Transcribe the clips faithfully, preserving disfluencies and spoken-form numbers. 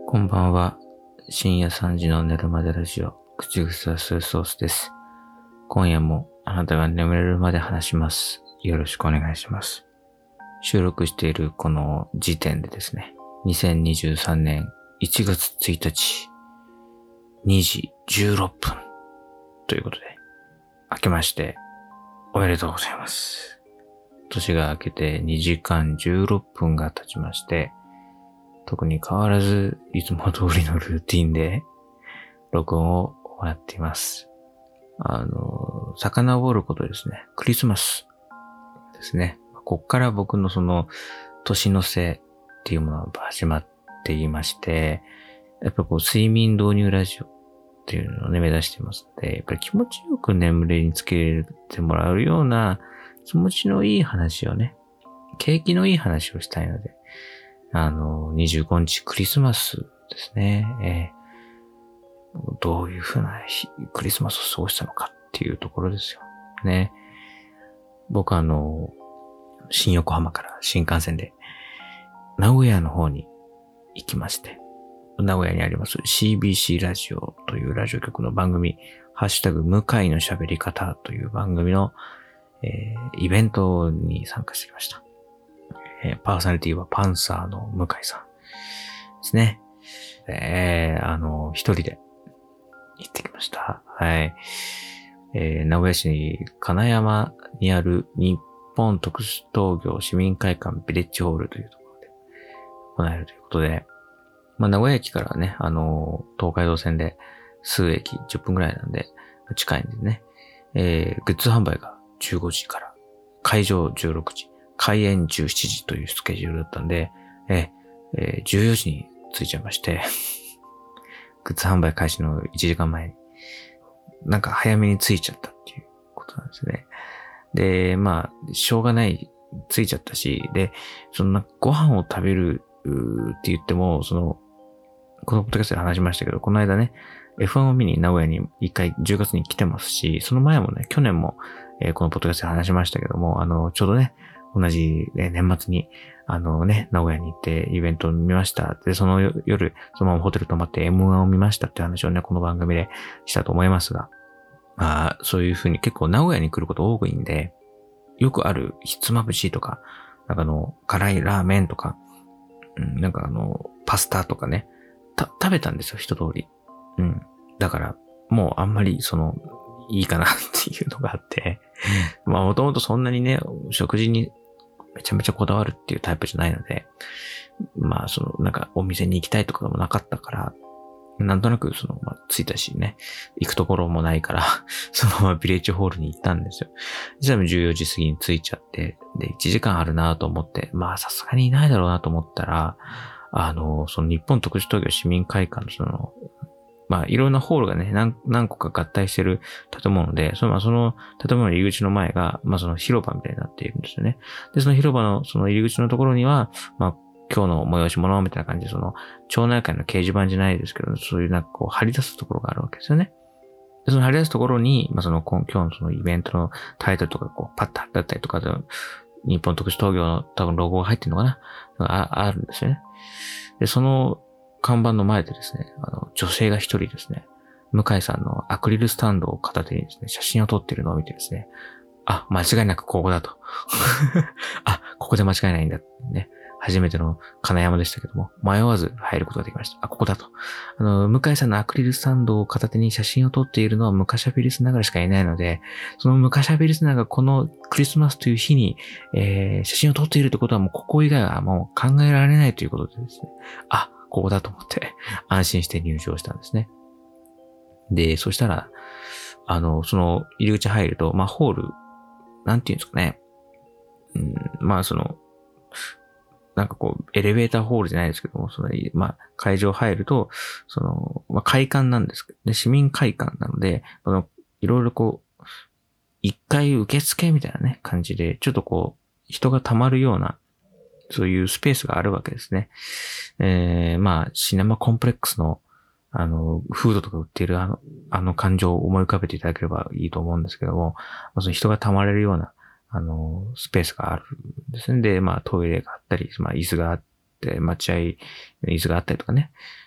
こんばんは。深夜さんじの寝るまでラジオ、口癖はソイソースです。今夜もあなたが眠れるまで話します。よろしくお願いします。収録しているこの時点でですね、にせんにじゅうさんねんいちがつついたち、にじじゅうろっぷんということで、明けましておめでとうございます。年が明けてにじかんじゅうろっぷんが経ちまして、特に変わらずいつも通りのルーティンで録音を行っています。あの、遡ることですね。クリスマスですね。こっから僕のその年の瀬っていうものが始まっていまして、やっぱこう睡眠導入ラジオっていうのをね目指していますので、やっぱり気持ちよく眠れにつけてもらうような気持ちのいい話をね、景気のいい話をしたいので、あの、にじゅうごにちクリスマスですね。えー、どういうふうな日クリスマスを過ごしたのかっていうところですよ。ね。僕あの、新横浜から新幹線で名古屋の方に行きまして、名古屋にあります シービーシー ラジオというラジオ局の番組、ハッシュタグ向井の喋り方という番組の、えー、イベントに参加してきました。パーソナリティはパンサーの向井さんですね。えー、あの、一人で行ってきました。はい。えー、名古屋市金山にある日本特殊陶業市民会館ビレッジホールというところで行えるということで、まあ、名古屋駅からね、あの、東海道線で数駅じゅっぷんくらいなんで、近いんでね、えー、グッズ販売がじゅうごじから、会場じゅうろくじ、開演じゅうしちじというスケジュールだったんで、ええー、じゅうよじに着いちゃいまして、グッズ販売開始のいちじかんまえに、なんか早めに着いちゃったっていうことなんですね。で、まあ、しょうがない、着いちゃったし、で、そのご飯を食べるって言っても、その、このポッドキャストで話しましたけど、この間ね、エフワン を見に名古屋に一回じゅうがつに来てますし、その前もね、去年も、えー、このポッドキャストで話しましたけども、あの、ちょうどね、同じ、ね、年末に、あのね、名古屋に行ってイベントを見ました。で、その夜、そのままホテル泊まって エムワン を見ましたって話をね、この番組でしたと思いますが、まあ、そういう風に結構名古屋に来ること多いんで、よくあるひつまぶしとか、なんかあの、辛いラーメンとか、うん、なんかあの、パスタとかね、た、食べたんですよ、一通り。うん。だから、もうあんまりその、いいかなっていうのがあって、まあもともとそんなにね、食事にめちゃめちゃこだわるっていうタイプじゃないので、まあその、なんかお店に行きたいとかでもなかったから、なんとなくその、まあ着いたしね、行くところもないから、そのままビレッジホールに行ったんですよ。実はじゅうよじ過ぎに着いちゃって、で、いちじかんあるなと思って、まあさすがにいないだろうなと思ったら、あの、その日本特殊陶業市民会館のその、まあ、いろんなホールがね、何、何個か合体してる建物で、その、まあ、その建物の入り口の前が、まあ、その広場みたいになっているんですよね。で、その広場のその入り口のところには、まあ、今日の催し物みたいな感じで、その、町内会の掲示板じゃないですけど、そういうなんかこう、張り出すところがあるわけですよね。で、その張り出すところに、まあ、その、今日のそのイベントのタイトルとかこう、パッと貼ってあったりとかで、日本特殊陶業の多分ロゴが入ってるのかなあ、あるんですよね。で、その看板の前でですね、あの、女性が一人ですね、向井さんのアクリルスタンドを片手にですね、写真を撮っているのを見てですね、あ、間違いなくここだと。あ、ここで間違いないんだ。ね。初めての金山でしたけども、迷わず入ることができました。あ、ここだと。あの、向井さんのアクリルスタンドを片手に写真を撮っているのはムカシャビリスナーぐらいしかいないので、そのムカシャビリスナーがこのクリスマスという日に、えー、写真を撮っているということはもうここ以外はもう考えられないということでですね。あ、ここだと思って安心して入場したんですね。で、そしたら、あの、その入り口入ると、まあ、ホール、なんていうんですかね。うん、まあ、その、なんかこう、エレベーターホールじゃないですけども、その、まあ、会場入ると、その、まあ、会館なんですけどね、市民会館なので、この、いろいろこう、一回受付みたいなね、感じで、ちょっとこう、人が溜まるような、そういうスペースがあるわけですね。えー、まあ、シネマコンプレックスの、あの、フードとか売っているあの、あの感情を思い浮かべていただければいいと思うんですけども、まあ、その人が溜まれるような、あの、スペースがあるんですね。で、まあトイレがあったり、まあ椅子があって、待合椅子があったりとかね。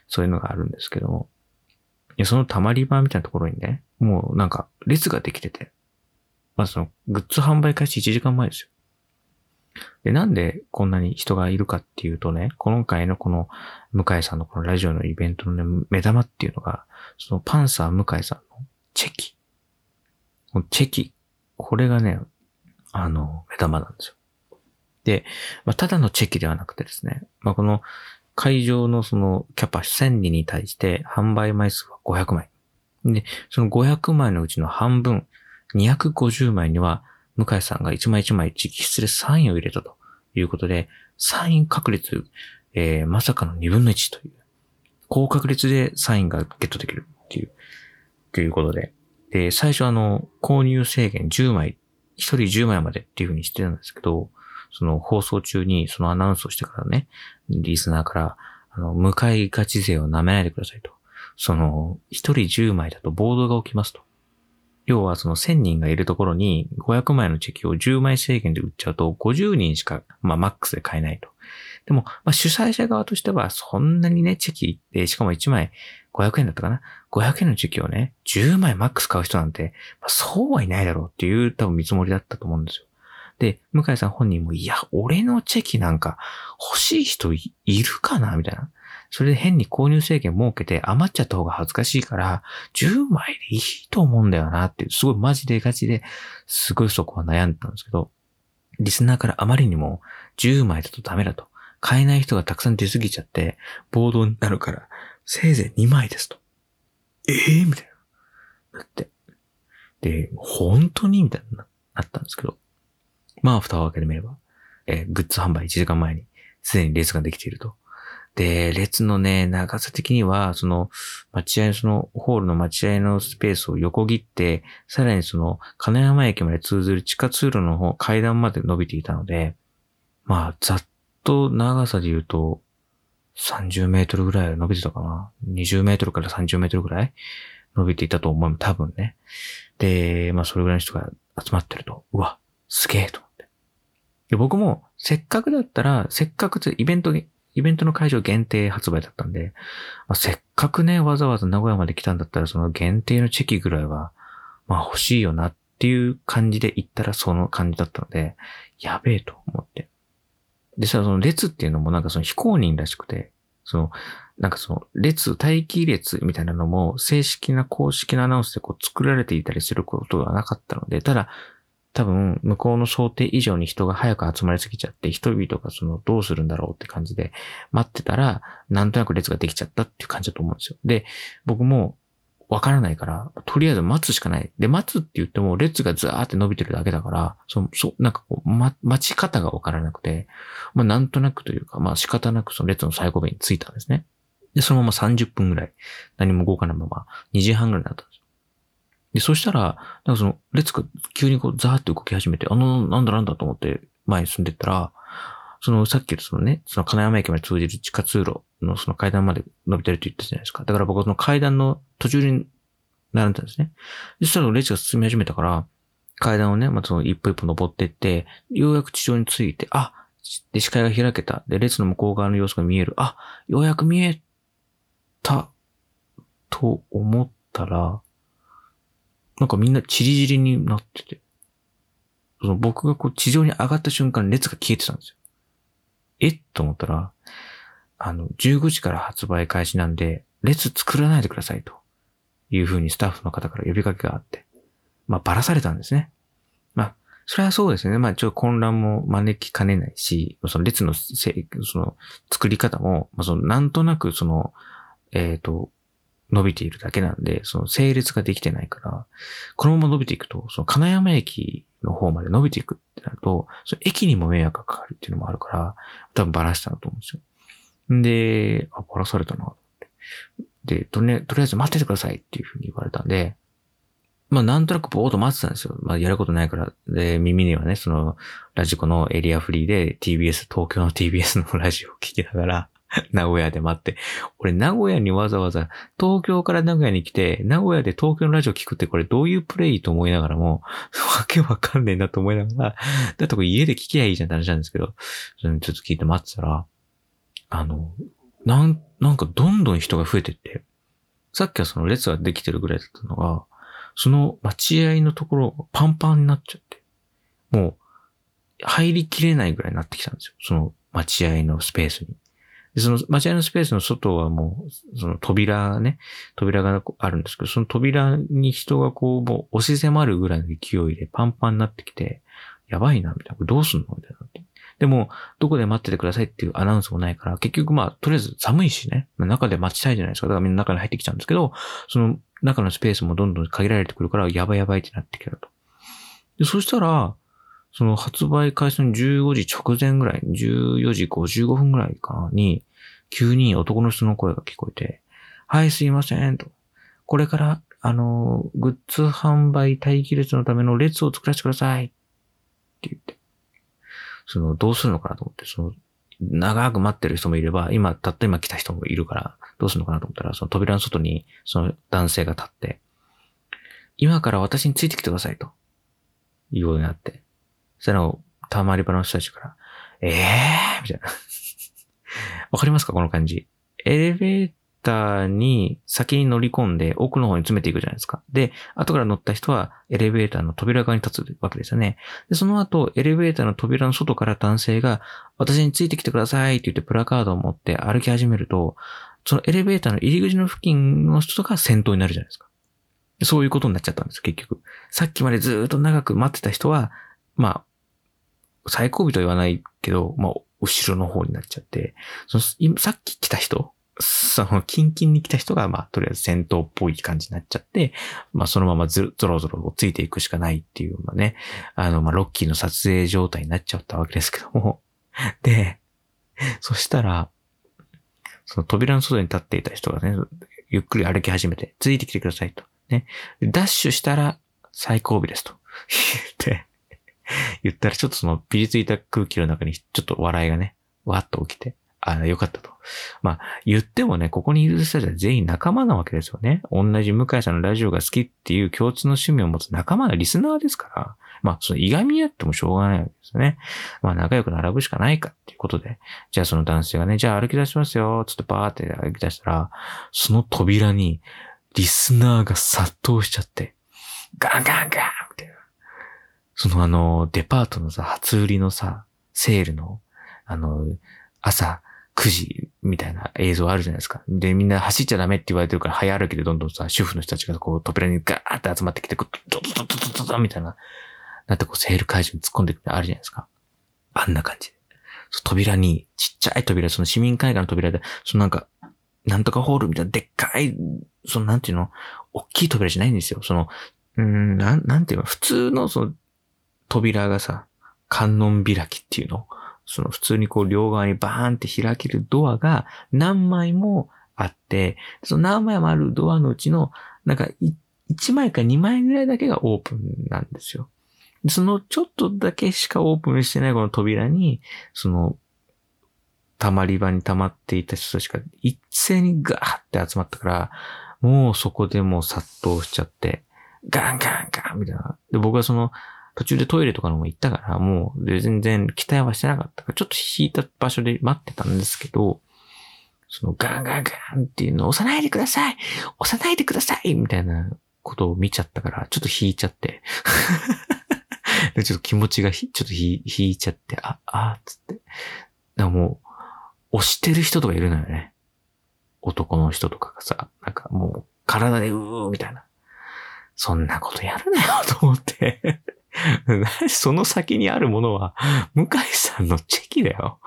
そういうのがあるんですけども、いやその溜まり場みたいなところにね、もうなんか列ができてて、まあそのグッズ販売開始いちじかんまえですよ。で、なんでこんなに人がいるかっていうとね、今回のこの向井さんのこのラジオのイベントの、ね、目玉っていうのが、そのパンサー向井さんのチェキ。チェキ。これがね、あの、目玉なんですよ。で、まあ、ただのチェキではなくてですね、まあ、この会場のそのキャパせんにんに対して販売枚数はごひゃくまい。で、そのごひゃくまいのうちの半分、にひゃくごじゅうまいには、向井さんが一枚一枚直筆でサインを入れたということで、サイン確率、えー、まさかのにぶんのいちという、高確率でサインがゲットできるっていう、ということで、で、最初あの、購入制限じゅうまい、ひとりじゅうまいまでっていう風にしてたんですけど、その放送中にそのアナウンスをしてからね、リスナーから、あの、向井ガチ勢を舐めないでくださいと。その、ひとりじゅうまいだと暴動が起きますと。要はそのせんにんがいるところにごひゃくまいのチェキをじゅうまい制限で売っちゃうとごじゅうにんしか、まあマックスで買えないと。でも、まあ主催者側としてはそんなにね、チェキって、しかもいちまいごひゃくえんだったかな ?ごひゃくえんのチェキをね、じゅうまいマックス買う人なんて、まあ、そうはいないだろうっていう多分見積もりだったと思うんですよ。で、向井さん本人も、いや、俺のチェキなんか欲しい人 い, いるかなみたいな。それで変に購入制限設けて余っちゃった方が恥ずかしいから、じゅうまいでいいと思うんだよなっていう、すごいマジでガチで、すごいそこは悩んでたんですけど、リスナーからあまりにもじゅうまいだとダメだと。買えない人がたくさん出過ぎちゃって、暴動になるから、せいぜいにまいですと。ええー、みたいな。だって。で、本当にみたいになったんですけど。まあ、蓋を開けてみれば、えー、グッズ販売いちじかんまえに、すでに列ができていると。で、列のね、長さ的には、その、待合、その、ホールの待合のスペースを横切って、さらにその、金山駅まで通ずる地下通路の方、階段まで伸びていたので、まあ、ざっと長さで言うと、さんじゅうメートルぐらい伸びてたかな。にじゅうメートルからさんじゅうメートルぐらい伸びていたと思う。多分ね。で、まあ、それぐらいの人が集まってると、うわ、すげえと思って。で、僕も、せっかくだったら、せっかくイベント、イベントの会場限定発売だったんで、まあ、せっかくね、わざわざ名古屋まで来たんだったら、その限定のチェキぐらいは、まあ欲しいよなっていう感じで行ったらその感じだったので、やべえと思って。でさ、その列っていうのもなんかその非公認らしくて、その、なんかその列、待機列みたいなのも正式な公式なアナウンスでこう作られていたりすることがなかったので、ただ、多分、向こうの想定以上に人が早く集まりすぎちゃって、人々がその、どうするんだろうって感じで待ってたら、なんとなく列ができちゃったっていう感じだと思うんですよ。で、僕もわからないから、とりあえず待つしかない。で、待つって言っても列がずーって伸びてるだけだから、そそなんかこう、ま、待ち方がわからなくて、まあなんとなくというか、まあ仕方なくその列の最後尾に着いたんですね。で、そのままさんじゅっぷんぐらい、何も動かないまま、にじはんぐらいになったんですよ。で、そしたら、なんかその、列が急にこう、ザーって動き始めて、あの、なんだなんだと思って前に進んでったら、その、さっきのそのね、その金山駅まで通じる地下通路のその階段まで伸びてるって言ったじゃないですか。だから僕はその階段の途中に並んでたんですね。そしたら列が進み始めたから、階段をね、またその一歩一歩登っていって、ようやく地上について、あ、で、視界が開けた。で、列の向こう側の様子が見える。あ、ようやく見えた、と思ったら、なんかみんなチリチリになってて、その僕がこう地上に上がった瞬間列が消えてたんですよ。えっと思ったら、あの、じゅうごじから発売開始なんで、列作らないでくださいという風にスタッフの方から呼びかけがあって、まあ、ばらされたんですね。まあ、それはそうですね。まあ、ちょっと混乱も招きかねないし、その列のせ、その作り方も、まあ、そのなんとなくその、えっと、伸びているだけなんで、その整列ができてないから、このまま伸びていくと、その金山駅の方まで伸びていくってなると、その駅にも迷惑がかかるっていうのもあるから、多分バラしたんだと思うんですよ。で、あ、バラされたなと思って。で、とりあえず、とりあえず待っててくださいっていうふうに言われたんで、まあなんとなくぼーっと待ってたんですよ。まあやることないから。で、耳にはね、その、ラジコのエリアフリーで ティービーエス、東京の ティービーエス のラジオを聞きながら、名古屋で待って。俺、名古屋にわざわざ、東京から名古屋に来て、名古屋で東京のラジオ聞くってこれどういうプレイと思いながらも、わけわかんねえなと思いながら、だってこれ家で聞きゃいいじゃんって話なんですけど、それちょっと聞いて待ってたら、あの、 なん、なんかどんどん人が増えてって、さっきはその列ができてるぐらいだったのが、その待合のところパンパンになっちゃって、もう入りきれないぐらいになってきたんですよ。その待合のスペースに。でその待合のスペースの外はもう、その扉ね、扉があるんですけど、その扉に人がこう、もう押し迫るぐらいの勢いでパンパンになってきて、やばいな、みたいな。これどうすんのみたいな。でも、どこで待っててくださいっていうアナウンスもないから、結局まあ、とりあえず寒いしね、中で待ちたいじゃないですか。だからみんな中に入ってきちゃうんですけど、その中のスペースもどんどん限られてくるから、やばいやばいってなってきたと。で、そしたら、その発売開始のじゅうごじ直前ぐらい、じゅうよじごじゅうごふんぐらいかなに、急に男の人の声が聞こえて、はい、すいません、と。これから、あの、グッズ販売待機列のための列を作らせてください。って言って。その、どうするのかなと思って、その、長く待ってる人もいれば、今、たった今来た人もいるから、どうするのかなと思ったら、その扉の外に、その男性が立って、今から私についてきてください、と。いうようになって。そしたら、たまり場の人たちから、ええーみたいな。わかりますかこの感じ。エレベーターに先に乗り込んで奥の方に詰めていくじゃないですか。で、後から乗った人はエレベーターの扉側に立つわけですよね。で、その後、エレベーターの扉の外から男性が、私についてきてくださいって言ってプラカードを持って歩き始めると、そのエレベーターの入り口の付近の人が先頭になるじゃないですか。そういうことになっちゃったんです、結局。さっきまでずーっと長く待ってた人は、まあ、最後尾とは言わないけど、まあ、後ろの方になっちゃって、そのさっき来た人、その、キンキンに来た人が、まあ、とりあえず先頭っぽい感じになっちゃって、まあ、そのままず、ぞろぞろついていくしかないっていう、まあね、あの、まあ、ロッキーの撮影状態になっちゃったわけですけども。で、そしたら、その扉の外に立っていた人がね、ゆっくり歩き始めて、ついてきてくださいと。ね。ダッシュしたら最後尾ですと。言って、言ったらちょっとそのピリついた空気の中にちょっと笑いがね、わっと起きて、ああ、よかったと。まあ、言ってもね、ここにいる人たちは全員仲間なわけですよね。同じ向井さんのラジオが好きっていう共通の趣味を持つ仲間のリスナーですから、まあ、そのいがみ合ってもしょうがないわけですよね。まあ、仲良く並ぶしかないかっていうことで、じゃあその男性がね、じゃあ歩き出しますよ、つってバーって歩き出したら、その扉にリスナーが殺到しちゃって、ガンガンガンみたいな。そのあの、デパートのさ、初売りのさ、セールの、あの、朝くじみたいな映像あるじゃないですか。で、みんな走っちゃダメって言われてるから早歩きでどんどんさ、主婦の人たちがこう扉にガーって集まってきて、ドドドドドドドみたいな、なってこうセール会場に突っ込んでいくってあるじゃないですか。あんな感じで。扉に、ちっちゃい扉、その市民会館の扉で、そのなんか、なんとかホールみたいなでっかい、そのなんていうの、大きい扉じゃないんですよ。その、うーん、なん、なんていうの、普通のその、扉がさ、観音開きっていうの、その普通にこう両側にバーンって開けるドアが何枚もあって、その何枚もあるドアのうちの、なんかいちまいかにまいぐらいだけがオープンなんですよ。そのちょっとだけしかオープンしてないこの扉に、その、溜まり場に溜まっていた人たちが一斉にガーって集まったから、もうそこでもう殺到しちゃって、ガンガンガンみたいな。で、僕はその、途中でトイレとかのも行ったから、もうで全然期待はしてなかったから、ちょっと引いた場所で待ってたんですけど、そのガンガンガンっていうのを押さないでください押さないでくださいみたいなことを見ちゃったから、ちょっと引いちゃって。でちょっと気持ちがひちょっと引いちゃって、あ、あーつって。だからもう、押してる人とかいるのよね。男の人とかがさ、なんかもう体でうーみたいな。そんなことやるなよと思って。その先にあるものは、向井さんのチェキだよ。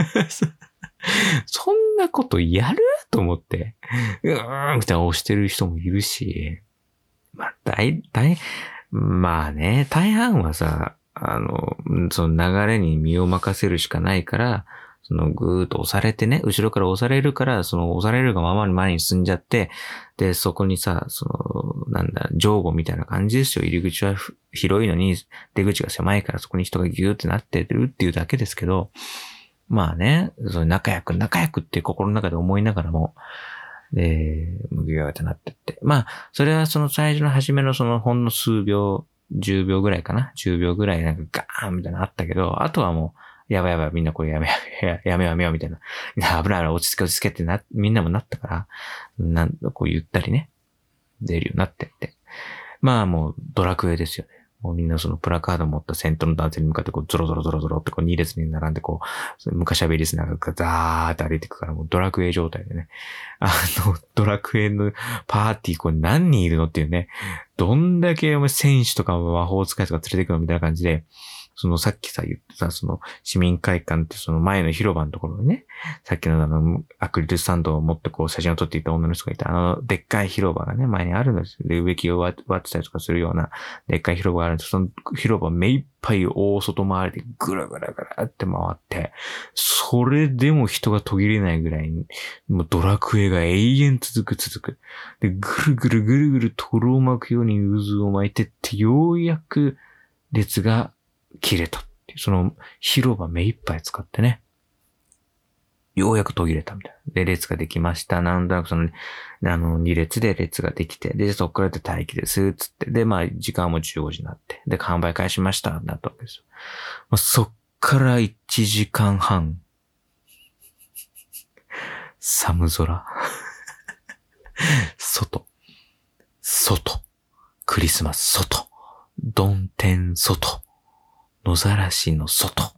そんなことやると思って、うーんみたいな押してる人もいるし、まあ、大、大、まあね、大半はさ、あの、その流れに身を任せるしかないから、そのぐーっと押されてね、後ろから押されるから、その押されるがままに前に進んじゃって、で、そこにさ、その、なんだ、上後みたいな感じですよ。入り口は広いのに、出口が狭いからそこに人がギューってなってるっていうだけですけど、まあね、その仲良く仲良くって心の中で思いながらも、で、むぎゅーってなってって。まあ、それはその最初の初めのそのほんの数秒、じゅうびょうぐらいかな。じゅうびょうぐらいなんかガーンみたいなのあったけど、あとはもう、 やばいやばい、みんなこれやめや、やめようやめようみたいな。危ない危ない、落ち着け落ち着けってな、みんなもなったから、なんこう言ったりね、出るようになってって。まあもうドラクエですよね。もうみんなそのプラカード持った先頭の男性に向かってこうゾロゾロゾロゾロってこうに列に並んでこう、昔喋りすながらザーって歩いていくからもうドラクエ状態でね。あの、ドラクエのパーティーこれ何人いるのっていうね。どんだけお前戦士とか魔法使いとか連れてくのみたいな感じで、そのさっきさ言ってたその市民会館ってその前の広場のところにね、さっきのあのアクリルスタンドを持ってこう写真を撮っていた女の人がいたあのでっかい広場がね、前にあるんですよ。で、植木を割ってたりとかするようなでっかい広場があるんです。その広場目いっぱい大外回りでぐらぐらぐらって回って、それでも人が途切れないぐらいに、もうドラクエが永遠続く続く。で、ぐるぐるぐるぐる泥を巻くように渦を巻いてって、ようやく列が切れたっていう。その広場目いっぱい使ってね。ようやく途切れたみたいな。で、列ができました。なんとなくその、あの、に列で列ができて、で、そこからで待機です、つって。で、まあ、時間もじゅうごじになって。で、販売開始しました、なったわけですよ。まあ、そっからいちじかんはん。寒空。外。外。クリスマス、外。曇天、外。野ざらしの外。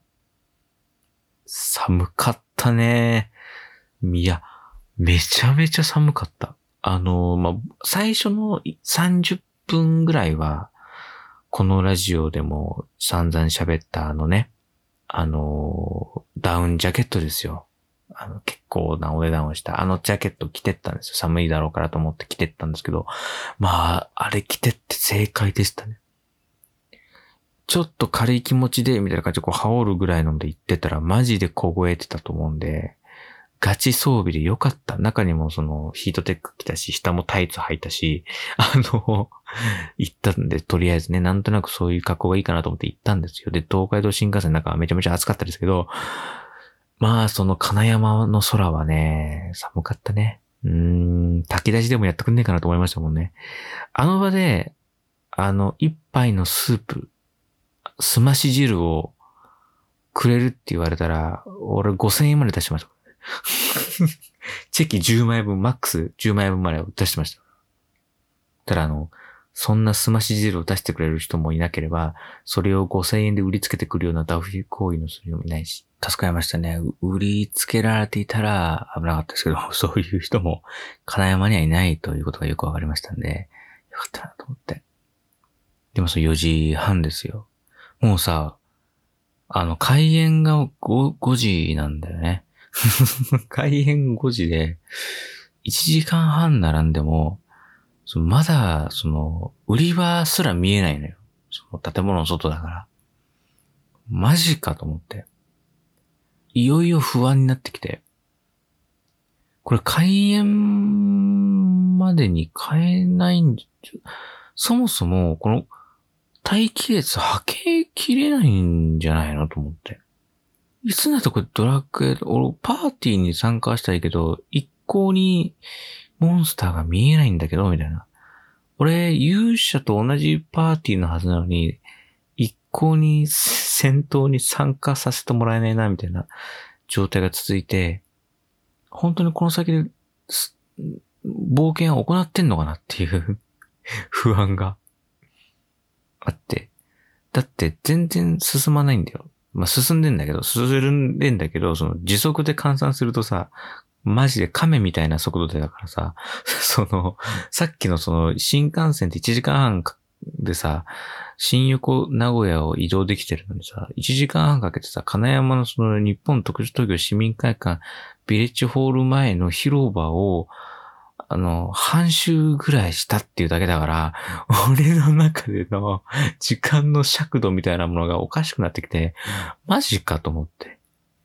寒かったね。いや、めちゃめちゃ寒かった。あの、まあ、最初のさんじゅっぷんぐらいは、このラジオでも散々喋ったあのね、あの、ダウンジャケットですよ。あの、結構なお値段をした、あのジャケット着てったんですよ。寒いだろうからと思って着てったんですけど、まあ、あれ着てって正解でしたね。ちょっと軽い気持ちで、みたいな感じでこう羽織るぐらいので行ってたらマジで凍えてたと思うんで、ガチ装備でよかった。中にもそのヒートテック着たし、下もタイツ履いたし、あの、行ったんで、とりあえずね、なんとなくそういう格好がいいかなと思って行ったんですよ。で、東海道新幹線なんかめちゃめちゃ暑かったですけど、まあ、その金山の空はね、寒かったね。うーん、炊き出しでもやってくんねえかなと思いましたもんね。あの場で、あの、一杯のスープ、すまし汁をくれるって言われたら、俺ごせんえんまで出しました。チェキじゅうまいぶん、マックスじゅうまいぶんまで出してました。ただあの、そんなすまし汁を出してくれる人もいなければ、それをごせんえんで売りつけてくるようなダフィ行為のする人もいないし、助かりましたね。売りつけられていたら危なかったですけど、そういう人も金山にはいないということがよくわかりましたんで、よかったなと思って。でもそうよじはんですよ。もうさ、あの、開演が 5, 5時なんだよね。開演ごじで、いちじかんはん並んでも、そのまだ、その、売り場すら見えないのよ。その建物の外だから。マジかと思って。いよいよ不安になってきて。これ開演までに買えないんじゃ、そもそも、この、待機列はけきれないんじゃないのと思って。いつになったらこれドラクエ、俺パーティーに参加したいけど、一向にモンスターが見えないんだけど、みたいな。俺、勇者と同じパーティーのはずなのに、一向に戦闘に参加させてもらえないな、みたいな状態が続いて、本当にこの先で、冒険を行ってんのかなっていう不安があって。だって全然進まないんだよ。まあ、進んでんだけど、進んでんだけど、その時速で換算するとさ、マジで亀みたいな速度でだからさ、その、さっきのその新幹線っていちじかんはんでさ、新横名古屋を移動できてるのにさ、いちじかんはんかけてさ、金山のその日本特殊東京市民会館ビレッジホール前の広場を、あの、半周ぐらいしたっていうだけだから、俺の中での時間の尺度みたいなものがおかしくなってきて、マジかと思って。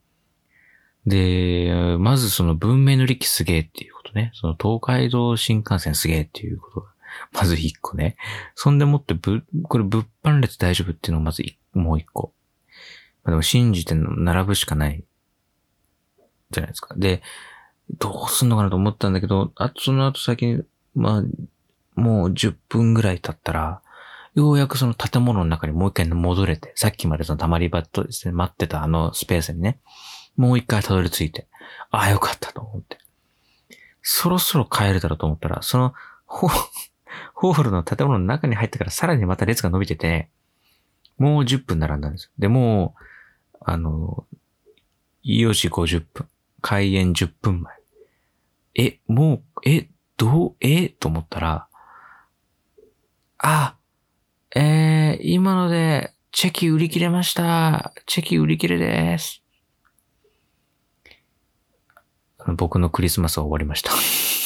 で、まずその文明の利器すげえっていうことね。その東海道新幹線すげえっていうことが、まず一個ね。そんでもってぶ、これ物販列大丈夫っていうのがまずもう一個。でも信じて並ぶしかない。じゃないですか。で、どうすんのかなと思ったんだけど、あとその後先に、まあ、もうじゅっぷんぐらい経ったら、 ようやくその建物の中にもう一回戻れて、さっきまでその溜まり場とですね、待ってたあのスペースにね、もう一回たどり着いて、ああよかったと思って。そろそろ帰れたらと思ったら、そのホ、ホールの建物の中に入ってからさらにまた列が伸びてて、もうじゅっぷん並んだんですよ。で、もう、あの、よじごじゅっぷん。開演じゅっぷんまえ。え、もう、え、どう、えと思ったら、あ、えー、今ので、チェキ売り切れました。チェキ売り切れです。僕のクリスマスは終わりました。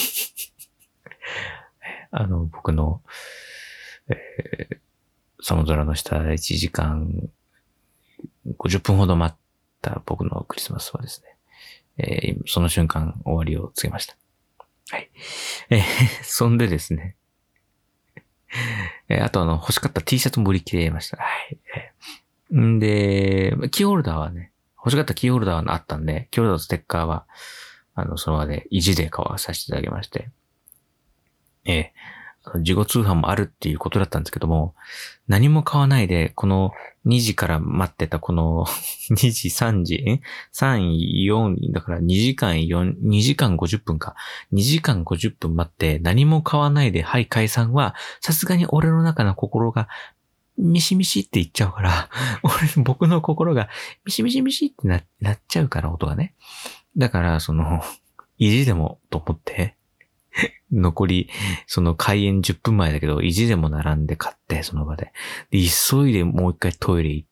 あの、僕の、えー、寒空の下いちじかんごじゅっぷんほど待った僕のクリスマスはですね、えー、その瞬間終わりを告げました。はい。えー、そんでですね、えー、あとあの、欲しかった T シャツも売り切れました。はい。えー、んで、キーホルダーはね、欲しかったキーホルダーはあったんで、キーホルダーとステッカーは、あの、その場で意地で買わさせていただきまして、えー、自己通販もあるっていうことだったんですけども、何も買わないで、このにじから待ってたこのにじ、さんじ、ん ?さん、よん、だからにじかんよん、にじかんごじゅっぷんか。にじかんごじゅっぷん待って何も買わないで、はい解散は、さすがに俺の中の心がミシミシって言っちゃうから、俺、僕の心がミシミシミシって な, なっちゃうから、音がね。だから、その、意地でもと思って、残り、その開演じゅっぷんまえだけど、意地でも並んで買って、その場で。で、急いでもう一回トイレ行って、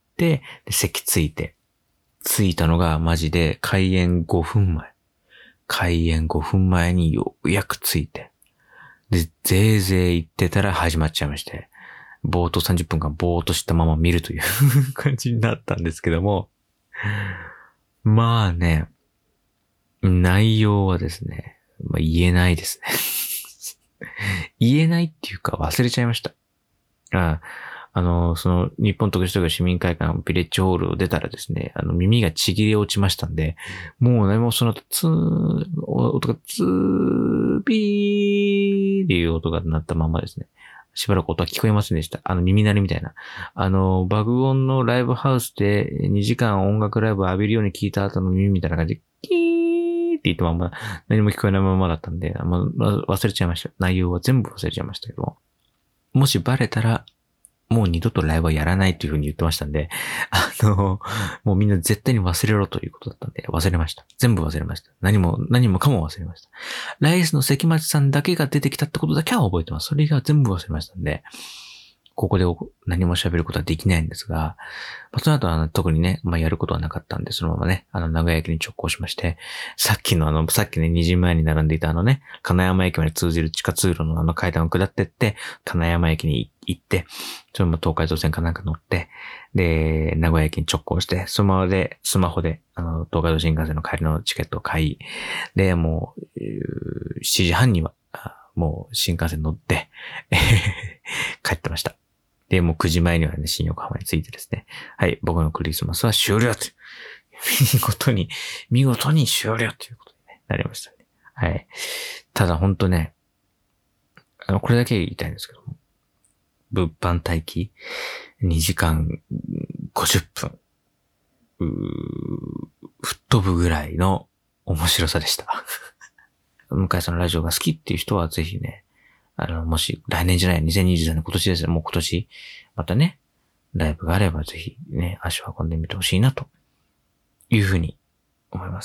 で、席ついて。着いたのがマジで開演ごふんまえ。開演ごふんまえにようやく着いて。で、ぜいぜい言ってたら始まっちゃいまして。冒頭さんじゅっぷんかんぼーっとしたまま見るという感じになったんですけども。まあね、内容はですね、まあ、言えないですね。言えないっていうか忘れちゃいました。ああの、その、日本特殊都市市民会館ビレッジホールを出たらですね、あの、耳がちぎれ落ちましたんで、もうね、もうその後、ツーン、音がツー、ビーっていう音が鳴ったままですね。しばらく音は聞こえませんでした。あの、耳鳴りみたいな。あの、爆音のライブハウスでにじかん音楽ライブを浴びるように聞いた後の耳みたいな感じで、キーって言ったまま、何も聞こえないままだったんで、まあ、忘れちゃいました。内容は全部忘れちゃいましたけど、もしバレたら、もう二度とライブはやらないというふうに言ってましたんで、あの、もうみんな絶対に忘れろということだったんで、忘れました。全部忘れました。何も、何もかも忘れました。ライスの関町さんだけが出てきたってことだけは覚えてます。それ以外は全部忘れましたんで、ここで何も喋ることはできないんですが、まあ、その後はあの特にね、まあ、やることはなかったんで、そのままね、あの、名古屋駅に直行しまして、さっきのあの、さっきね、にじまえに並んでいたあのね、金山駅まで通じる地下通路のあの階段を下ってって、金山駅に行って、それも東海道線かなんか乗って、で、名古屋駅に直行して、そのままで、スマホで、あの、東海道新幹線の帰りのチケットを買い、で、もう、しちじはんには、もう新幹線乗って、帰ってました。で、もうくじまえにはね、新横浜に着いてですね。はい、僕のクリスマスは終了と。見事に、見事に終了ということに、ね、なりましたね。はい。ただ本当ね、あの、これだけ言いたいんですけども、物販待機にじかんごじゅっぷん、うー、吹っ飛ぶぐらいの面白さでした。向井さんのラジオが好きっていう人はぜひね、あの、もし来年じゃない、にせんにじゅうさんねん今年ですね、もう今年、またね、ライブがあればぜひね、足を運んでみてほしいなというふうに思います。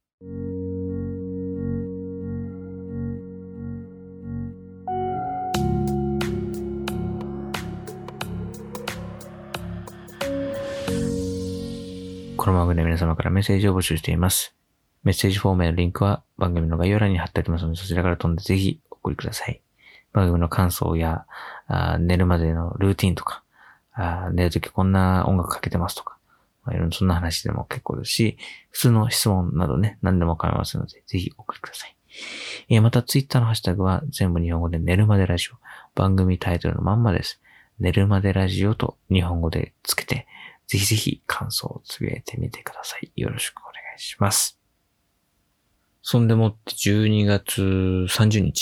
この番組で皆様からメッセージを募集しています。メッセージフォームへのリンクは番組の概要欄に貼ってありますので、そちらから飛んでぜひお送りください。番組の感想や、あ寝るまでのルーティンとか、あ寝るときこんな音楽かけてますとか、まあ、いろんなそんな話でも結構ですし、普通の質問などね、何でも構いませんので、ぜひお送りください。えー、またツイッターのハッシュタグは全部日本語で寝るまでラジオ。番組タイトルのまんまです。寝るまでラジオと日本語でつけて、ぜひぜひ感想をつぶやいてみてください。よろしくお願いします。そんでもってじゅうにがつさんじゅうにち、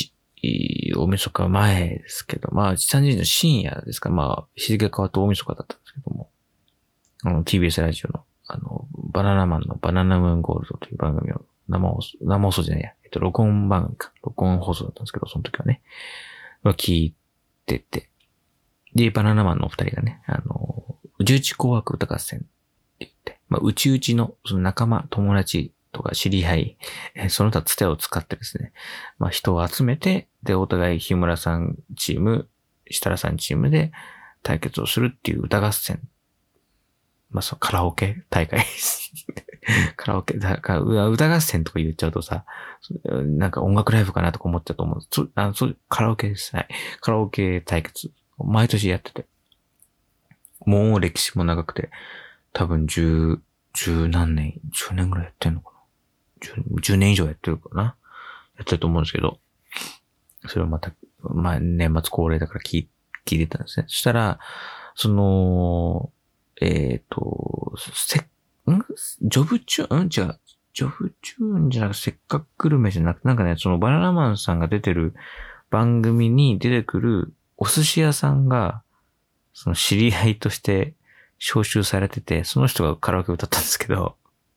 大晦日前ですけど、まあ、さんじゅうにちの深夜ですから、まあ、日付が変わって大晦日だったんですけども、あの、ティービーエス ラジオの、あの、バナナマンのバナナムーンゴールドという番組を生放送、生放送じゃないや、えっと、録音番組か、録音放送だったんですけど、その時はね、聞いてて、で、バナナマンのお二人がね、あの、宇宙地紅白歌合戦って言って、まあ、うちうちの、その仲間、友達とか知り合い、その他つてを使ってですね、まあ、人を集めて、で、お互い日村さんチーム、設楽さんチームで対決をするっていう歌合戦。まあ、そう、カラオケ大会です。カラオケ、だから、歌合戦とか言っちゃうとさ、なんか音楽ライブかなとか思っちゃうと思う。そあのそうカラオケです。はい。カラオケ対決。毎年やってて。もう歴史も長くて、多分十、十何年、十年ぐらいやってんのかな。十、十年以上やってるかな。やってると思うんですけど、それをまた、まあ、年末恒例だから聞い、聞いてたんですね。そしたら、その、えっと、せ、んジョブチューンん違う。ジョブチューンじゃなくて、せっかくグルメじゃなくて、なんかね、そのバナナマンさんが出てる番組に出てくるお寿司屋さんが、その知り合いとして招集されてて、その人がカラオケ歌ったんですけど、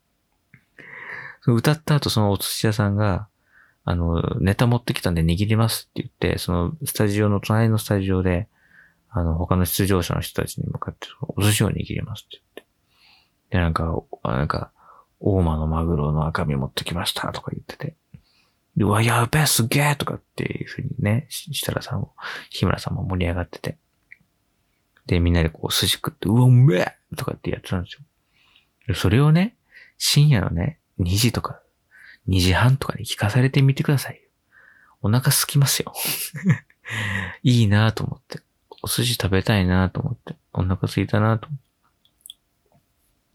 歌った後そのお寿司屋さんが、あの、ネタ持ってきたんで握りますって言って、そのスタジオの、隣のスタジオで、あの、他の出場者の人たちに向かって、お寿司を握りますって言って。で、なんか、なんか、大間のマグロの赤身持ってきましたとか言ってて。で、うわ、やべえ、すげえとかっていうふうにね、設楽さんも、日村さんも盛り上がってて。で、みんなでこう、寿司食って、うわ、うめえとかってやってたんですよ。それをね、深夜のね、にじとか、にじはんとかに聞かされてみてくださいよ。お腹空きますよ。いいなと思って。お寿司食べたいなと思って。お腹空いたなと思って。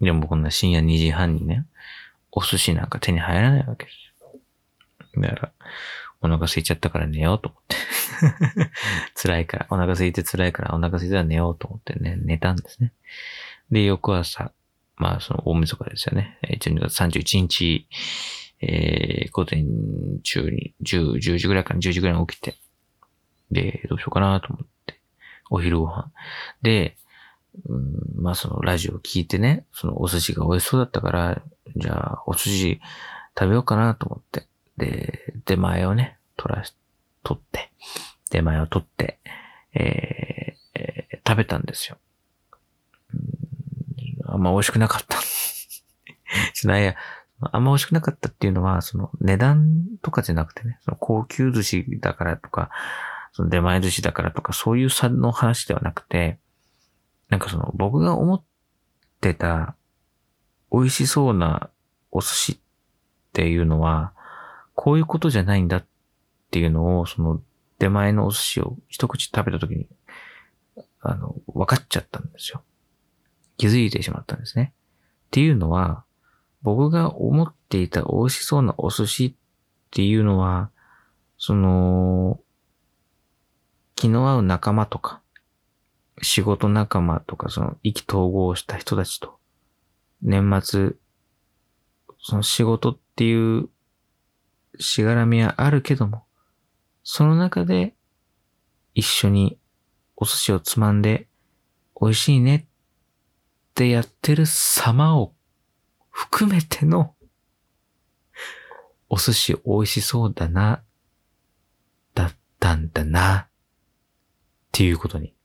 でもこんな深夜にじはんにね、お寿司なんか手に入らないわけですよ。だから、お腹空いちゃったから寝ようと思って。辛いから、お腹空いて辛いからお腹空いたら寝ようと思ってね、寝たんですね。で、翌朝、まあその大晦日ですよね。じゅうにがつさんじゅういちにち、えー、午前中にじゅう、じゅうじぐらいからじゅうじぐらいに起きて、で、どうしようかなと思って、お昼ご飯。で、うん、まあそのラジオを聞いてね、そのお寿司が美味しそうだったから、じゃあお寿司食べようかなと思って、で、出前をね、取らし、取って、出前を取って、えーえー、食べたんですよ。うん、あんま美味しくなかった。じゃないや、あんま美味しくなかったっていうのは、その値段とかじゃなくてね、その高級寿司だからとか、その出前寿司だからとか、そういう差の話ではなくて、なんかその僕が思ってた美味しそうなお寿司っていうのは、こういうことじゃないんだっていうのを、その出前のお寿司を一口食べたときに、あの、分かっちゃったんですよ。気づいてしまったんですね。っていうのは、僕が思っていた美味しそうなお寿司っていうのは、その、気の合う仲間とか、仕事仲間とか、その意気投合した人たちと、年末、その仕事っていうしがらみはあるけども、その中で一緒にお寿司をつまんで美味しいねってやってる様を含めてのお寿司美味しそうだな、だったんだな、っていうことに、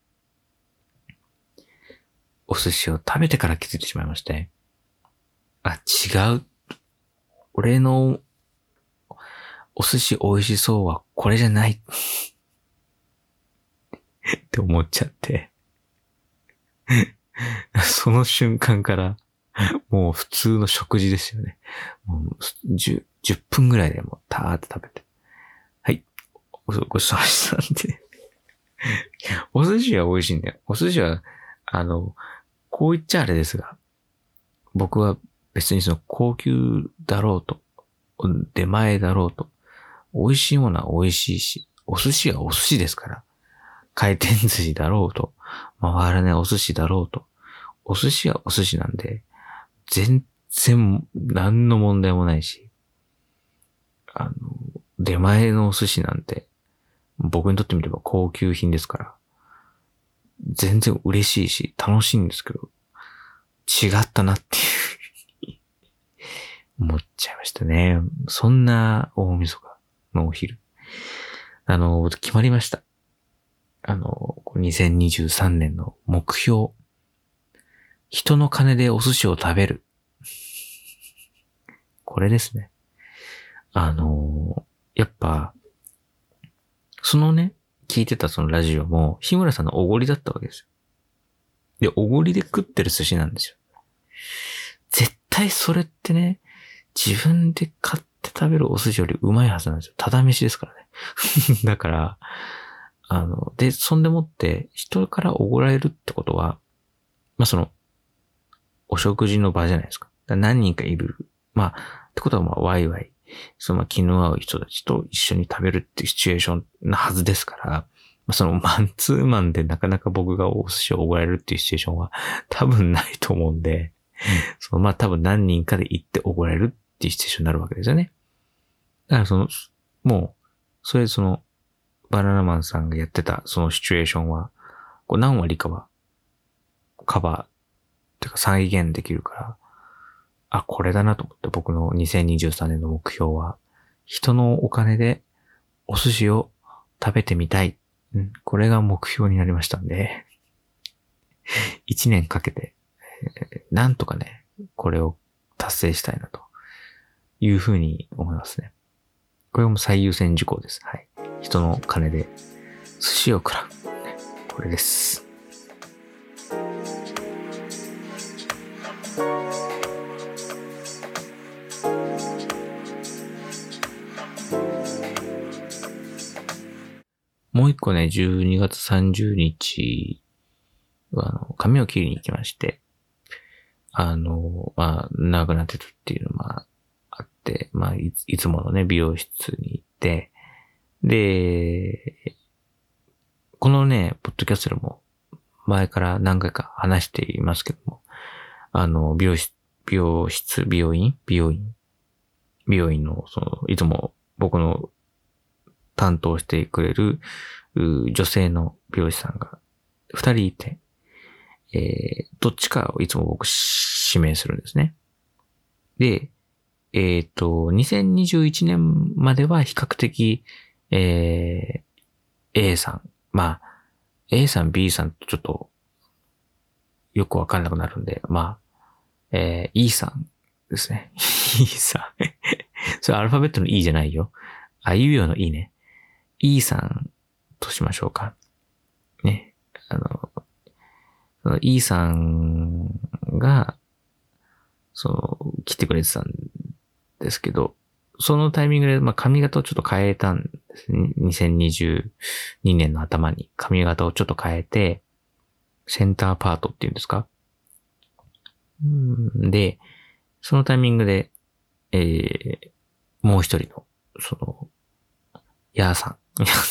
お寿司を食べてから気づいてしまいまして、あ、違う。俺のお寿司美味しそうはこれじゃないって思っちゃって、その瞬間からもう普通の食事ですよね。もう 10, じゅっぷんぐらいでもうターって食べて、はい、ごちそうさまでしたってお寿司は美味しいんだよ。お寿司はあのこう言っちゃあれですが、僕は別にその高級だろうと、出前だろうと、美味しいものは美味しいし、お寿司はお寿司ですから、回転寿司だろうと、回らないお寿司だろうと、お寿司はお寿司なんで、全然何の問題もないし、あの、出前のお寿司なんて、 僕にとってみれば高級品ですから、全然嬉しいし楽しいんですけど、違ったなっていう思っちゃいましたね。そんな大晦日のお昼。あの、決まりました。あの、にせんにじゅうさんねんの目標。人の金でお寿司を食べる。これですね。あの、やっぱ、そのね、聞いてたそのラジオも、日村さんのおごりだったわけですよ。で、おごりで食ってる寿司なんですよ。絶対それってね、自分で買って食べるお寿司よりうまいはずなんですよ。ただ飯ですからね。だから、あの、で、そんでもって人からおごられるってことは、まあ、その、お食事の場じゃないですか。だ何人かいる。まあ、ってことはまあ、ワイワイ、そのまあ気の合う人たちと一緒に食べるっていうシチュエーションなはずですから、まあ、そのマンツーマンでなかなか僕がお寿司をおごられるっていうシチュエーションは多分ないと思うんで、うん、そのまあ多分何人かで行っておごられるっていうシチュエーションになるわけですよね。だからその、もう、それその、バナナマンさんがやってたそのシチュエーションは、こう何割かはカバーっていうか再現できるから、あ、これだなと思って僕のにせんにじゅうさんねんの目標は、人のお金でお寿司を食べてみたい。うん、これが目標になりましたんで、いちねんかけて、えー、なんとかね、これを達成したいなというふうに思いますね。これも最優先事項です。はい。人の金で寿司を食らう。これです。もう一個ね、じゅうにがつさんじゅうにちは、あの、髪を切りに行きまして、あの、まあ、長くなってたっていうのもあって、まあいつ、いつものね、美容室に行って、で、このね、ポッドキャストでも前から何回か話していますけども、あの、美容室、美容室、美容院美容院美容院の、その、いつも僕の担当してくれる女性の美容師さんが二人いて、えー、どっちかをいつも僕指名するんですね。で、えっと、にせんにじゅういちねんまでは比較的、えー、A さん、まあ、A さん、B さんとちょっとよくわかんなくなるんで、まあ、えー、E さんですね。E さん。それアルファベットの E じゃないよ。あいうよの E ね。E さんとしましょうか。ね。あの、その E さんが、その、来てくれてたんですけど、そのタイミングで、まあ、髪型をちょっと変えたんですね。にせんにじゅうにねんの頭に髪型をちょっと変えて、センターパートっていうんですか？で、そのタイミングで、えー、もう一人の、その、ヤーさん。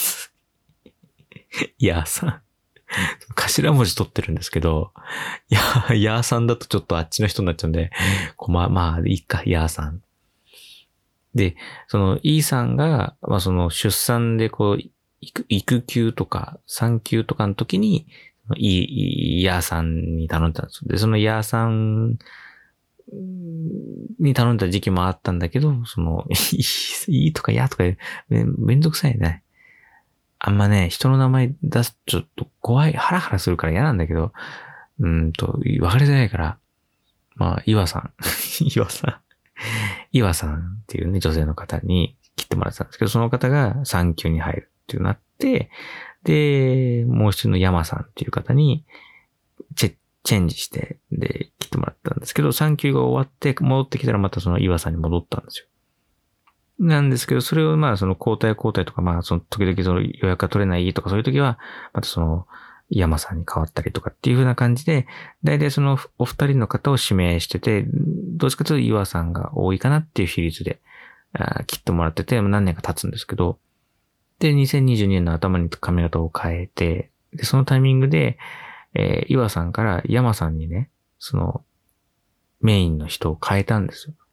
ヤーさん。頭文字取ってるんですけど、ヤー、ヤーさんだとちょっとあっちの人になっちゃうんで、こうまあ、まあ、いいか、ヤーさん。で、その E さんが、まあその出産でこう、育、育休とか産休とかの時に、いい、ヤーさんに頼んだんです。で、そのヤーさんに頼んだ時期もあったんだけど、その、いいとかやとかめ、めんどくさいね。あんまね、人の名前出すとちょっと怖い、ハラハラするから嫌なんだけど、うんと、分かりづらいから、まあ、岩さん。岩さん。岩さんっていうね、女性の方に切ってもらってたんですけど、その方が産休に入るっていうなって、で、もう一人の山さんっていう方にチェ、チェンジして、で、切ってもらったんですけど、産休が終わって戻ってきたらまたその岩さんに戻ったんですよ。なんですけど、それをまあその交代交代とか、まあその時々その予約が取れないとかそういう時は、またその山さんに変わったりとかっていう風な感じで、だいたいそのお二人の方を指名してて、どっちかというと岩さんが多いかなっていう比率で切ってもらってて、何年か経つんですけど、で、にせんにじゅうにねんの頭に髪型を変えて、で、そのタイミングで、えー、岩さんから山さんにね、そのメインの人を変えたんですよ。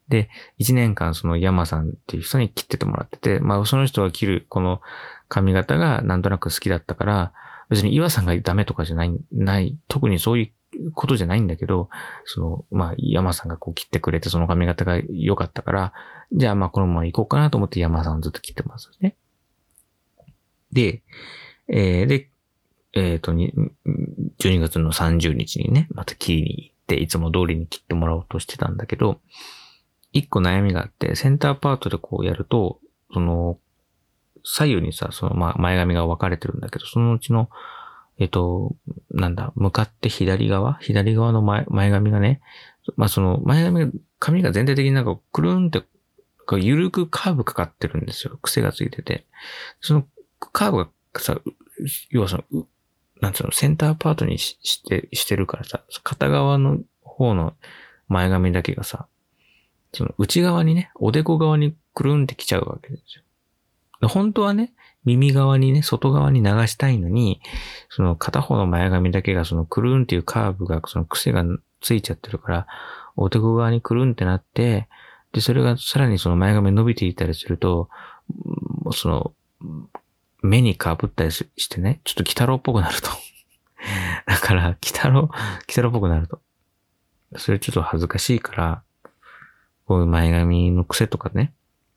で、一年間その山さんっていう人に切っててもらってて、まあその人が切るこの髪型がなんとなく好きだったから、別に岩さんがダメとかじゃない、ない、特にそういうことじゃないんだけど、その、まあ山さんがこう切ってくれてその髪型が良かったから、じゃあまあこのまま行こうかなと思って山さんをずっと切ってますね。で、えー、で、えっと、じゅうにがつのさんじゅうにちにね、また切りに行って、いつも通りに切ってもらおうとしてたんだけど、一個悩みがあって、センターパートでこうやると、その、左右にさ、その、ま、前髪が分かれてるんだけど、そのうちの、えっと、なんだ、向かって左側左側の前、前髪がね、まあ、その、前髪が、髪が全体的になんか、くるんって、ゆるくカーブかかってるんですよ。癖がついてて。その、カーブがさ、要はその、なんつうの、センターパートにしして、してるからさ、片側の方の前髪だけがさ、その内側にね、おでこ側にくるんってきちゃうわけですよ。本当はね、耳側にね、外側に流したいのに、その片方の前髪だけがそのくるんっていうカーブが、その癖がついちゃってるから、おでこ側にくるんってなって、で、それがさらにその前髪伸びていたりすると、その、目にかぶったりしてね、ちょっと鬼太郎っぽくなると。だから、鬼太郎、鬼太郎っぽくなると。それちょっと恥ずかしいから、こういう前髪の癖とかね、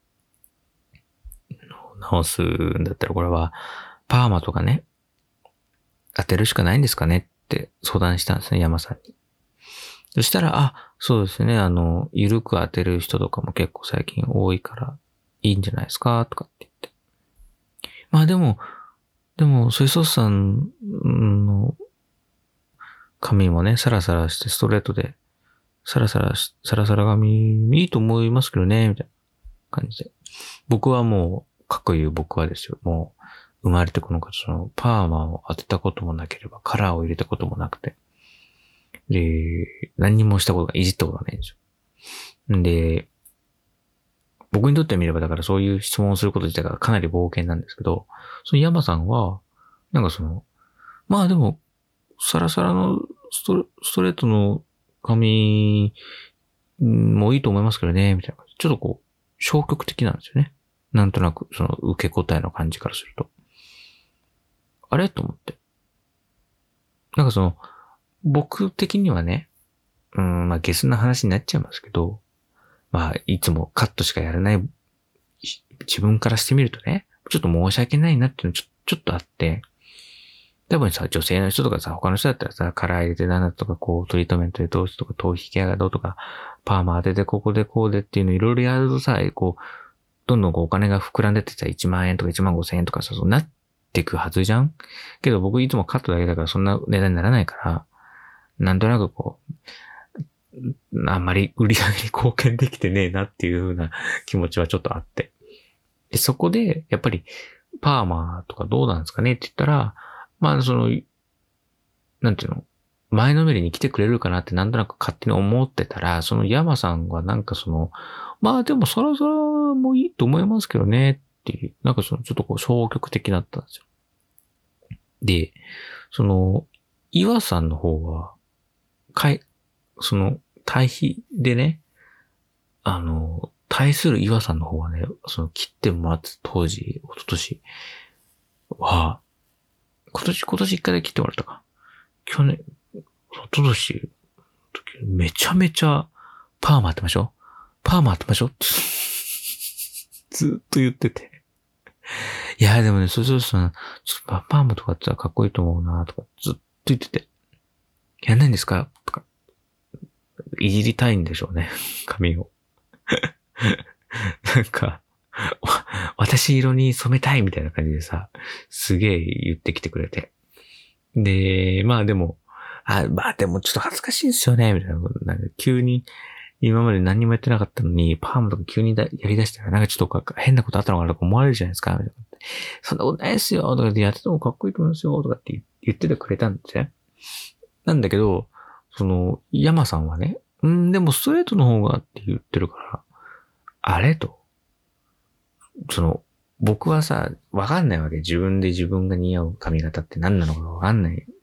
直すんだったらこれは、パーマとかね、当てるしかないんですかねって相談したんですね、山さんに。そしたら、あ、そうですね、あの、ゆるく当てる人とかも結構最近多いから、いいんじゃないですかとかって言って。まあでも、でも、ソイソースさんの髪もね、サラサラしてストレートで、サラサラし、サラサラ髪いいと思いますけどね、みたいな感じで。僕はもう、かっこ言う僕はですよ。もう、生まれてこの方、その、パーマを当てたこともなければ、カラーを入れたこともなくて。で、何にもしたことが、いじったことがないんですよ。で、僕にとってみれば、だからそういう質問をすること自体がかなり冒険なんですけど、その山さんは、なんかその、まあでも、サラサラのストレ、ストレートの髪もいいと思いますけどね、みたいな感じ。ちょっとこう、消極的なんですよね。なんとなく、その受け答えの感じからすると。あれと思って。なんかその、僕的にはね、うん、まあゲスな話になっちゃいますけど、まあいつもカットしかやらない自分からしてみるとね、ちょっと申し訳ないなっていうのちょちょっとあって、多分さ、女性の人とかさ、他の人だったらさ、カラー入れてなんだとか、こう、トリートメントでどうとか、頭皮ケアがどうとか、パーマ当ててここでこうでっていうのいろいろやるとさ、こう、どんどんこうお金が膨らんでってさ、いちまんえんとかいちまんごせんえんとかさ、そうなっていくはずじゃん？けど僕いつもカットだけだからそんな値段にならないから、なんとなくこう、あんまり売り上げに貢献できてねえなっていう風な気持ちはちょっとあって。で、そこで、やっぱり、パーマとかどうなんですかねって言ったら、まあ、その、なんていうの、前のめりに来てくれるかなってなんとなく勝手に思ってたら、その山さんはなんかその、まあでもそろそろもいいと思いますけどねっていう、なんかそのちょっとこう消極的だったんですよ。で、その、岩さんの方は、かい、その、対比でね、あの、対する岩さんの方はね、その切ってもらって当時、一昨年は、今年、今年一回で切ってもらったか。去年、一昨年、めちゃめちゃパーマ当てましょパーマ当てましょってずっと言ってて。いや、でもね、そうそうそう、ちょっとパーマとかってかっこいいと思うなとかずっと言ってて。やんないんですかとか。いじりたいんでしょうね。髪を。なんか、私色に染めたいみたいな感じでさ、すげえ言ってきてくれて。で、まあでも、あ、まあでもちょっと恥ずかしいんですよね、みたいな。なんか急に、今まで何にもやってなかったのに、パーマとか急にだやり出したら、なんかちょっと変なことあったのかなとか思われるじゃないですか、みたいな。そんなことないですよ、とかってやっててもかっこいいと思いますよ、とかって言っててくれたんですね。なんだけど、その、山さんはね、うん、でもストレートの方がって言ってるから、あれと。その、僕はさ、わかんないわけ。自分で自分が似合う髪型って何なのかわかんない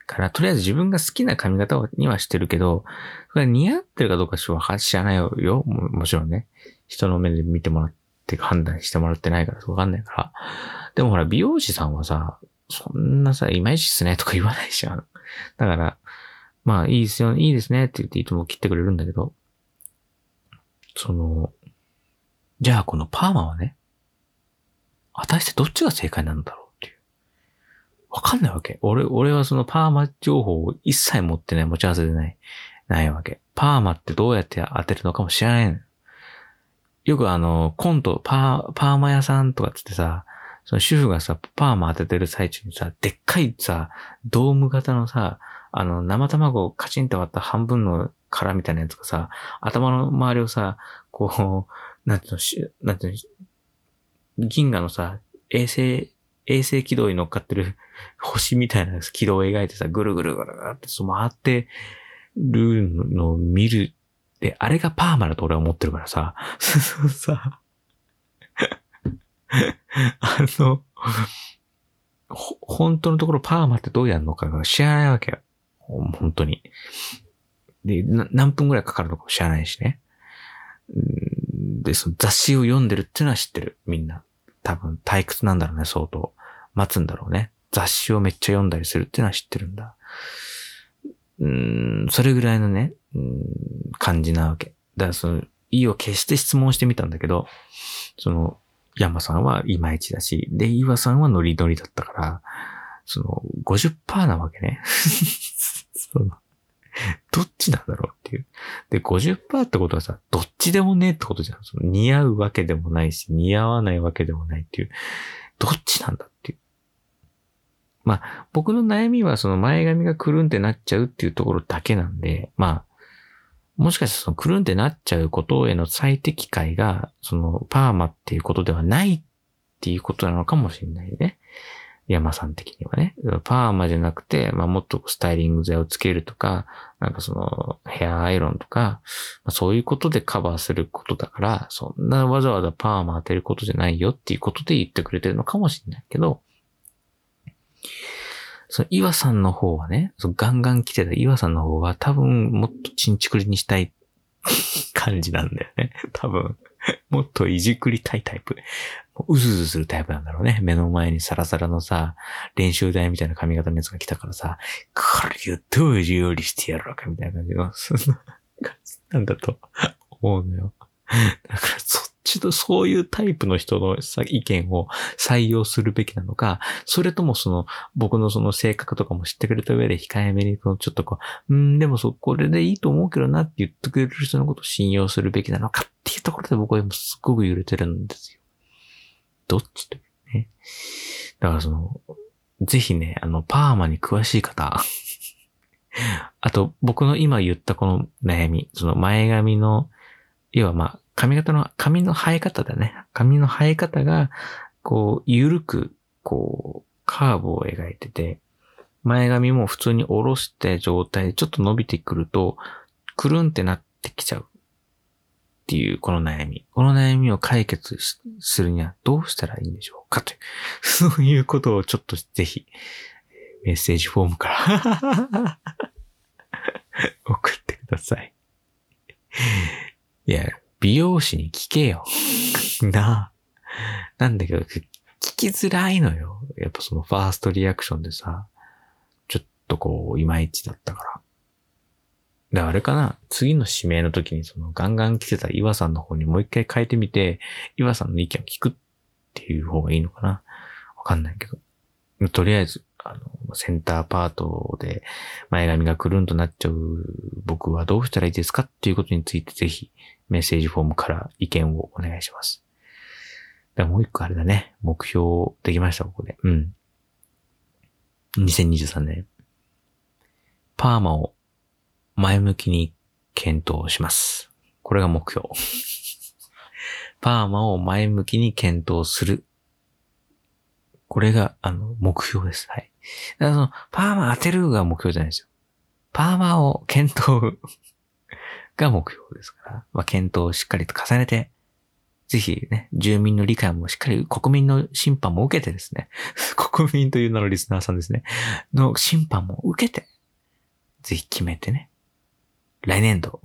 から、とりあえず自分が好きな髪型にはしてるけど、それが似合ってるかどうか知らないよ。も, もちろんね。人の目で見てもらって判断してもらってないからわかんないから。でもほら、美容師さんはさ、そんなさ、いまいちっすねとか言わないじゃん。だから、まあいいですよ、いいですねって言っていつも切ってくれるんだけど、その、じゃあこのパーマはね、果たしてどっちが正解なんだろうっていう。わかんないわけ。俺、俺はそのパーマ情報を一切持ってない、持ち合わせてない、ないわけ。パーマってどうやって当てるのかも知らないのよ。よくあの、コント、パー、パーマ屋さんとかつってさ、その主婦がさ、パーマ当ててる最中にさ、でっかいさ、ドーム型のさ、あの、生卵をカチンと割った半分の殻みたいなやつがさ、頭の周りをさ、こう、なんていうの、しなんていうの、銀河のさ、衛星、衛星軌道に乗っかってる星みたいな軌道を描いてさ、ぐるぐるぐるぐるってそう回ってるのを見る。で、あれがパーマだと俺は思ってるからさ、さ、あの、ほ、本当のところパーマってどうやるのかが知らないわけよ。本当に。で、何分くらいかかるのかも知らないしね。で、その雑誌を読んでるっていうのは知ってる。みんな。多分退屈なんだろうね、相当。待つんだろうね。雑誌をめっちゃ読んだりするっていうのは知ってるんだ。うーん、それぐらいのね、うーん、感じなわけ。だからその、意を決して質問してみたんだけど、その、山さんはいまいちだし、で、岩さんはノリノリだったから、その、ごじゅっパーセント なわけね。そのどっちなんだろうっていう。で、ごじゅっパーセント ってことはさ、どっちでもねえってことじゃん。その似合うわけでもないし、似合わないわけでもないっていう。どっちなんだっていう。まあ、僕の悩みはその前髪がくるんってなっちゃうっていうところだけなんで、まあ、もしかしたらそのくるんってなっちゃうことへの最適解が、そのパーマっていうことではないっていうことなのかもしれないね。山さん的にはね。パーマじゃなくて、まあもっとスタイリング剤をつけるとか、なんかそのヘアアイロンとか、まあ、そういうことでカバーすることだから、そんなわざわざパーマ当てることじゃないよっていうことで言ってくれてるのかもしれないけど、その岩さんの方はね、そのガンガン来てた岩さんの方は多分もっとチンチクリにしたい感じなんだよね。多分。もっといじくりたいタイプ。うずうずするタイプなんだろうね。目の前にサラサラのさ、練習台みたいな髪型のやつが来たからさ、これをどう料理してやろうかみたいな感じの、そんな感じなんだと思うのよ。だからそっちのそういうタイプの人のさ意見を採用するべきなのか、それともその僕のその性格とかも知ってくれた上で控えめにこのちょっとこう、うん、でもそこれでいいと思うけどなって言ってくれる人のことを信用するべきなのかっていうところで僕は今すっごく揺れてるんですよ。どっちというね。だからその、ぜひね、あの、パーマに詳しい方、あと僕の今言ったこの悩み、その前髪の、要はまあ、髪型の、髪の生え方だね。髪の生え方が、こう、ゆるく、こう、カーブを描いてて、前髪も普通に下ろした状態でちょっと伸びてくると、くるんってなってきちゃう。っていう、この悩み。この悩みを解決するにはどうしたらいいんでしょうかという。そういうことをちょっとぜひ、メッセージフォームから送ってください。いや、美容師に聞けよ。なあ。なんだけど、聞きづらいのよ。やっぱそのファーストリアクションでさ、ちょっとこう、いまいちだったから。だからあれかな、次の指名の時にそのガンガン来てた岩さんの方にもう一回変えてみて、岩さんの意見を聞くっていう方がいいのかな。わかんないけど。とりあえず、あの、センターパートで前髪がくるんとなっちゃう僕はどうしたらいいですかっていうことについてぜひメッセージフォームから意見をお願いします。だからもう一個あれだね。目標できました、ここで。うん。にせんにじゅうさんねん。パーマを前向きに検討します。これが目標。パーマを前向きに検討する。これが、あの、目標です。はい。だからその、パーマ当てるが目標じゃないですよ。パーマを検討が目標ですから、まあ、検討をしっかりと重ねて、 ぜひね、住民の理解もしっかり国民の審判も受けてですね、国民という名のリスナーさんですね、の審判も受けて、ぜひ決めてね、来年度、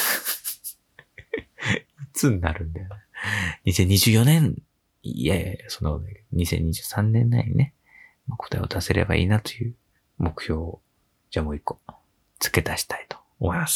いつになるんだよね。にせんにじゅうよねん、いやいやいや、そんなことないけど、にせんにじゅうさんねん内にね、答えを出せればいいなという目標を、じゃあもう一個、付け出したいと思います。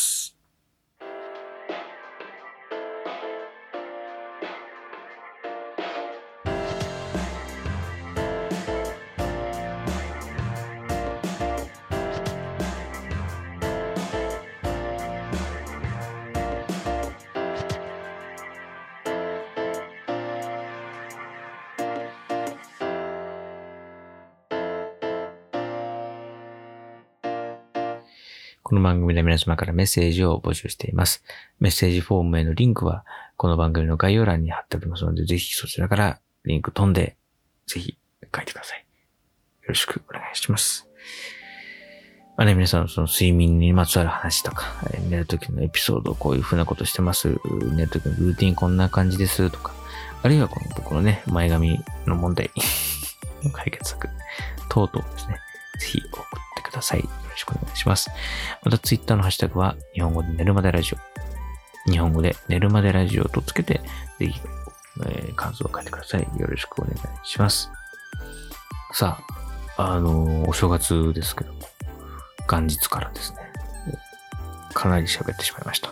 この番組で皆様からメッセージを募集しています。メッセージフォームへのリンクは、この番組の概要欄に貼っておりますので、ぜひそちらからリンク飛んで、ぜひ書いてください。よろしくお願いします。まあね、皆さん、その睡眠にまつわる話とか、寝るときのエピソード、こういう風なことしてます。寝るときのルーティンこんな感じですとか、あるいはこの僕のね、前髪の問題の解決策等々ですね、ぜひ送ってください。よろしくお願いします。またツイッターのハッシュタグは日本語で寝るまでラジオ。日本語で寝るまでラジオとつけて、ぜひ、えー、感想を書いてください。よろしくお願いします。さあ、あのー、お正月ですけども、元日からですね、かなり喋ってしまいました。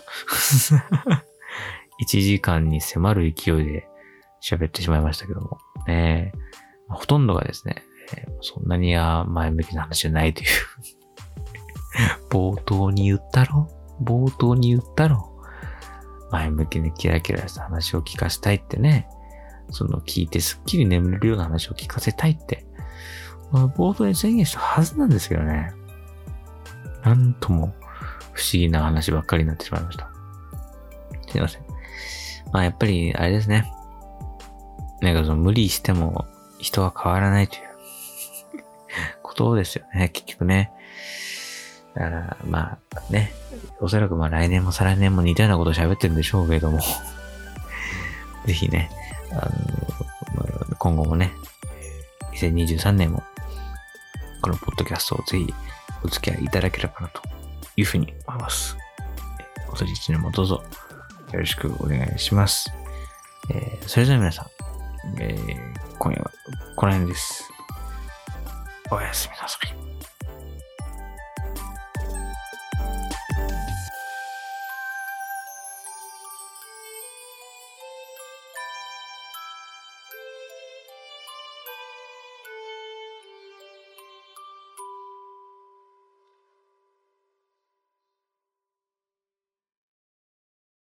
いちじかんに迫る勢いで喋ってしまいましたけども、ね、ほとんどがですね、そんなに前向きな話じゃないという冒頭に言ったろ冒頭に言ったろ前向きにキラキラした話を聞かせたいってね、その聞いてすっきり眠れるような話を聞かせたいって、冒頭に宣言したはずなんですけどね、なんとも不思議な話ばっかりになってしまいました。すいません。まあやっぱりあれですね、なんかその無理しても人は変わらないということですよね、結局ね。だから、まあね、おそらくまあ来年も再来年も似たようなことを喋ってるんでしょうけれども、ぜひね、あの、今後もね、にせんにじゅうさんねんも、このポッドキャストをぜひお付き合いいただければなというふうに思います。今年一年もどうぞよろしくお願いします。えー、それでは皆さん、えー、今夜はこの辺です。おやすみなさい。